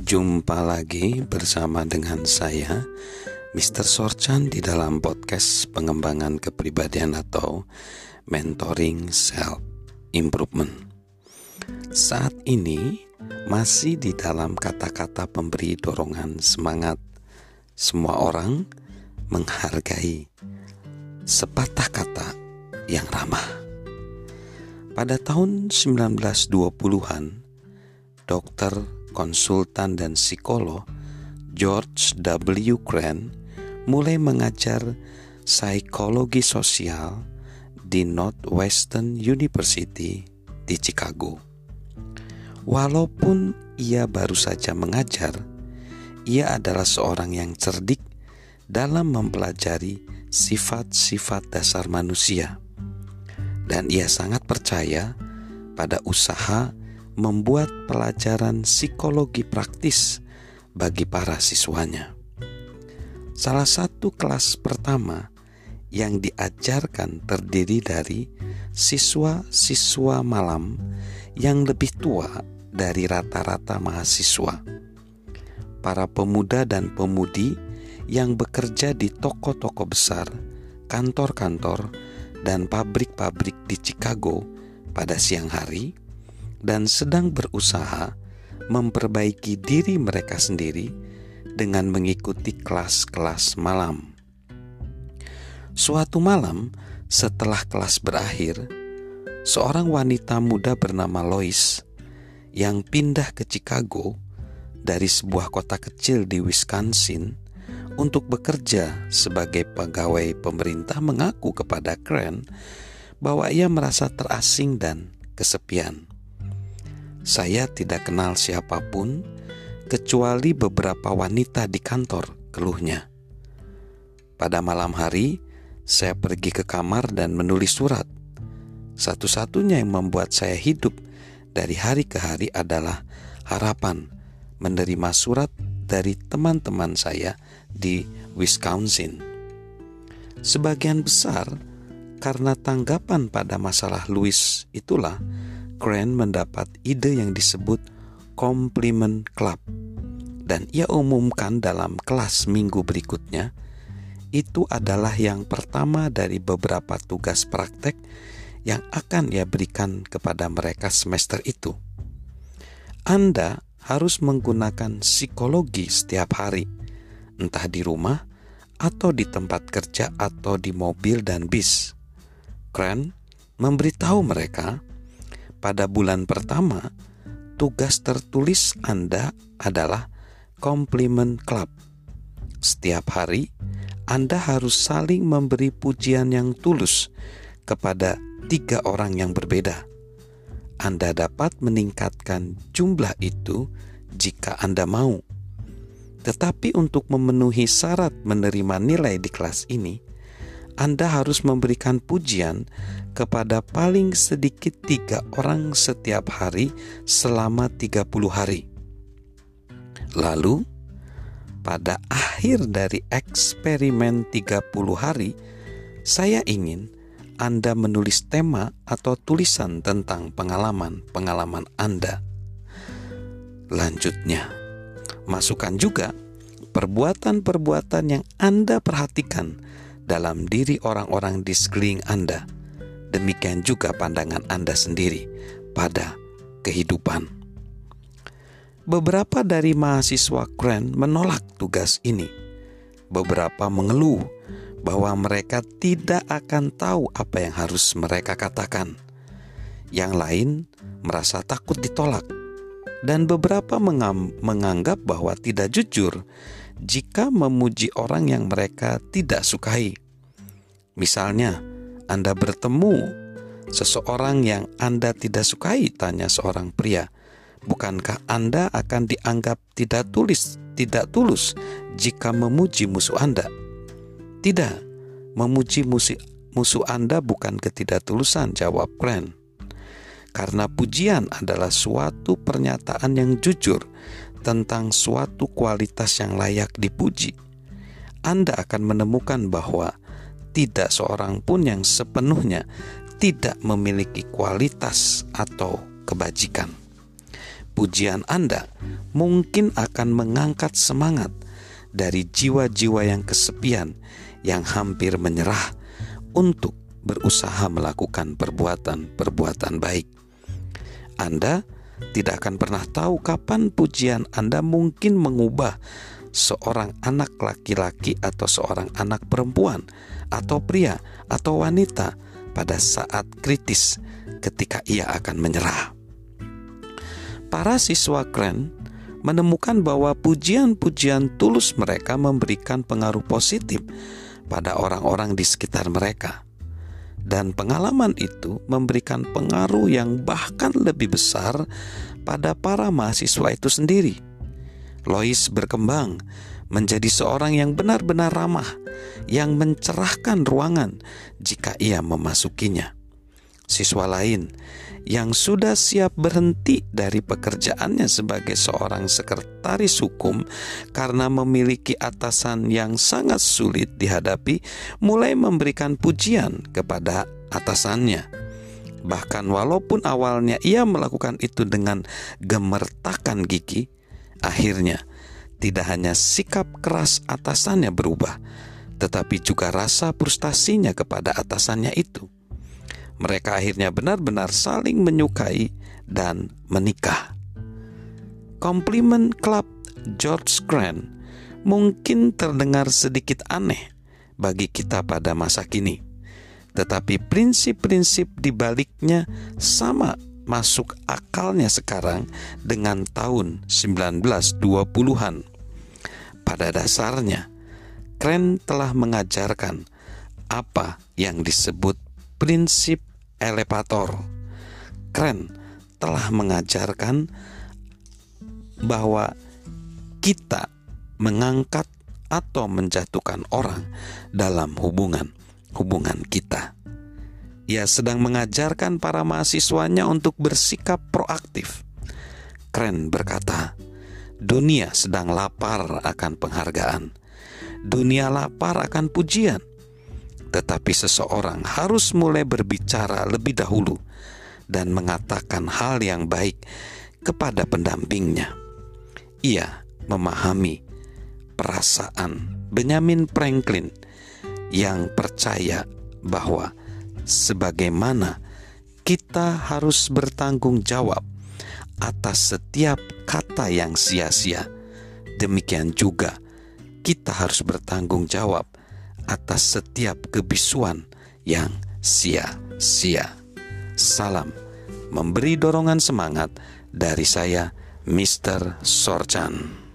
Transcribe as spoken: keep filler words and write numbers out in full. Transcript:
Jumpa lagi bersama dengan saya, mister Sorchan, di dalam podcast pengembangan kepribadian atau mentoring self improvement. Saat ini masih di dalam kata-kata pemberi dorongan semangat. Semua orang menghargai sepatah kata yang ramah. Pada tahun sembilan belas dua puluhan, dokter, konsultan dan psikolog George W. Crane mulai mengajar psikologi sosial di Northwestern University di Chicago. Walaupun ia baru saja mengajar, ia adalah seorang yang cerdik dalam mempelajari sifat-sifat dasar manusia, dan ia sangat percaya pada usaha membuat pelajaran psikologi praktis bagi para siswanya. Salah satu kelas pertama yang diajarkan terdiri dari siswa-siswa malam yang lebih tua dari rata-rata mahasiswa. Para pemuda dan pemudi yang bekerja di toko-toko besar, kantor-kantor, dan pabrik-pabrik di Chicago pada siang hari, dan sedang berusaha memperbaiki diri mereka sendiri dengan mengikuti kelas-kelas malam. Suatu malam setelah kelas berakhir, seorang wanita muda bernama Lois yang pindah ke Chicago dari sebuah kota kecil di Wisconsin untuk bekerja sebagai pegawai pemerintah mengaku kepada Crane bahwa ia merasa terasing dan kesepian. "Saya tidak kenal siapapun kecuali beberapa wanita di kantor," keluhnya. "Pada malam hari, saya pergi ke kamar dan menulis surat. Satu-satunya yang membuat saya hidup dari hari ke hari adalah harapan menerima surat dari teman-teman saya di Wisconsin." Sebagian besar karena tanggapan pada masalah Louis itulah Crane mendapat ide yang disebut Compliment Club, dan ia umumkan dalam kelas minggu berikutnya. Itu adalah yang pertama dari beberapa tugas praktek yang akan ia berikan kepada mereka semester itu. Anda harus menggunakan psikologi setiap hari, entah di rumah atau di tempat kerja atau di mobil dan bis. Crane memberitahu mereka, pada bulan pertama, tugas tertulis Anda adalah Compliment Club. Setiap hari, Anda harus saling memberi pujian yang tulus kepada tiga orang yang berbeda. Anda dapat meningkatkan jumlah itu jika Anda mau. Tetapi untuk memenuhi syarat menerima nilai di kelas ini, Anda harus memberikan pujian kepada paling sedikit tiga orang setiap hari selama tiga puluh hari. Lalu, pada akhir dari eksperimen tiga puluh hari, saya ingin Anda menulis tema atau tulisan tentang pengalaman-pengalaman Anda. Lanjutnya, masukkan juga perbuatan-perbuatan yang Anda perhatikan dalam diri orang-orang di sekeliling Anda. Demikian juga pandangan Anda sendiri pada kehidupan. Beberapa dari mahasiswa Crane menolak tugas ini. Beberapa mengeluh bahwa mereka tidak akan tahu apa yang harus mereka katakan. Yang lain merasa takut ditolak. Dan beberapa mengam- menganggap bahwa tidak jujur jika memuji orang yang mereka tidak sukai. Misalnya, Anda bertemu seseorang yang Anda tidak sukai, tanya seorang pria, "Bukankah Anda akan dianggap tidak tulis, tidak tulus jika memuji musuh Anda?" "Tidak, memuji musuh, musuh Anda bukan ketidaktulusan," jawab Crane. "Karena pujian adalah suatu pernyataan yang jujur tentang suatu kualitas yang layak dipuji. Anda akan menemukan bahwa tidak seorang pun yang sepenuhnya tidak memiliki kualitas atau kebajikan. pujian Anda mungkin akan mengangkat semangat dari jiwa-jiwa yang kesepian, yang hampir menyerah untuk berusaha melakukan perbuatan-perbuatan baik. Anda tidak akan pernah tahu kapan pujian Anda mungkin mengubah seorang anak laki-laki atau seorang anak perempuan atau pria atau wanita pada saat kritis ketika ia akan menyerah. Para siswa keren menemukan bahwa pujian-pujian tulus mereka memberikan pengaruh positif pada orang-orang di sekitar mereka. Dan pengalaman itu memberikan pengaruh yang bahkan lebih besar pada para mahasiswa itu sendiri. Lois berkembang menjadi seorang yang benar-benar ramah, yang mencerahkan ruangan jika ia memasukinya. Siswa lain yang sudah siap berhenti dari pekerjaannya sebagai seorang sekretaris hukum karena memiliki atasan yang sangat sulit dihadapi, mulai memberikan pujian kepada atasannya. Bahkan walaupun awalnya ia melakukan itu dengan gemertakan gigi, akhirnya tidak hanya sikap keras atasannya berubah, tetapi juga rasa frustasinya kepada atasannya itu. Mereka akhirnya benar-benar saling menyukai dan menikah. Komplimen Club George Crane mungkin terdengar sedikit aneh bagi kita pada masa kini, tetapi prinsip-prinsip di baliknya sama masuk akalnya sekarang dengan tahun sembilan belas dua puluhan. Pada dasarnya, Crane telah mengajarkan apa yang disebut prinsip elevator. Crane telah mengajarkan bahwa kita mengangkat atau menjatuhkan orang dalam hubungan hubungan kita. Ia sedang mengajarkan para mahasiswanya untuk bersikap proaktif. Crane berkata, dunia sedang lapar akan penghargaan. Dunia lapar akan pujian. Tetapi seseorang harus mulai berbicara lebih dahulu dan mengatakan hal yang baik kepada pendampingnya. Ia memahami perasaan Benjamin Franklin yang percaya bahwa sebagaimana kita harus bertanggung jawab atas setiap kata yang sia-sia, demikian juga kita harus bertanggung jawab atas setiap kebisuan yang sia-sia. Salam memberi dorongan semangat dari saya, mister Sorchan.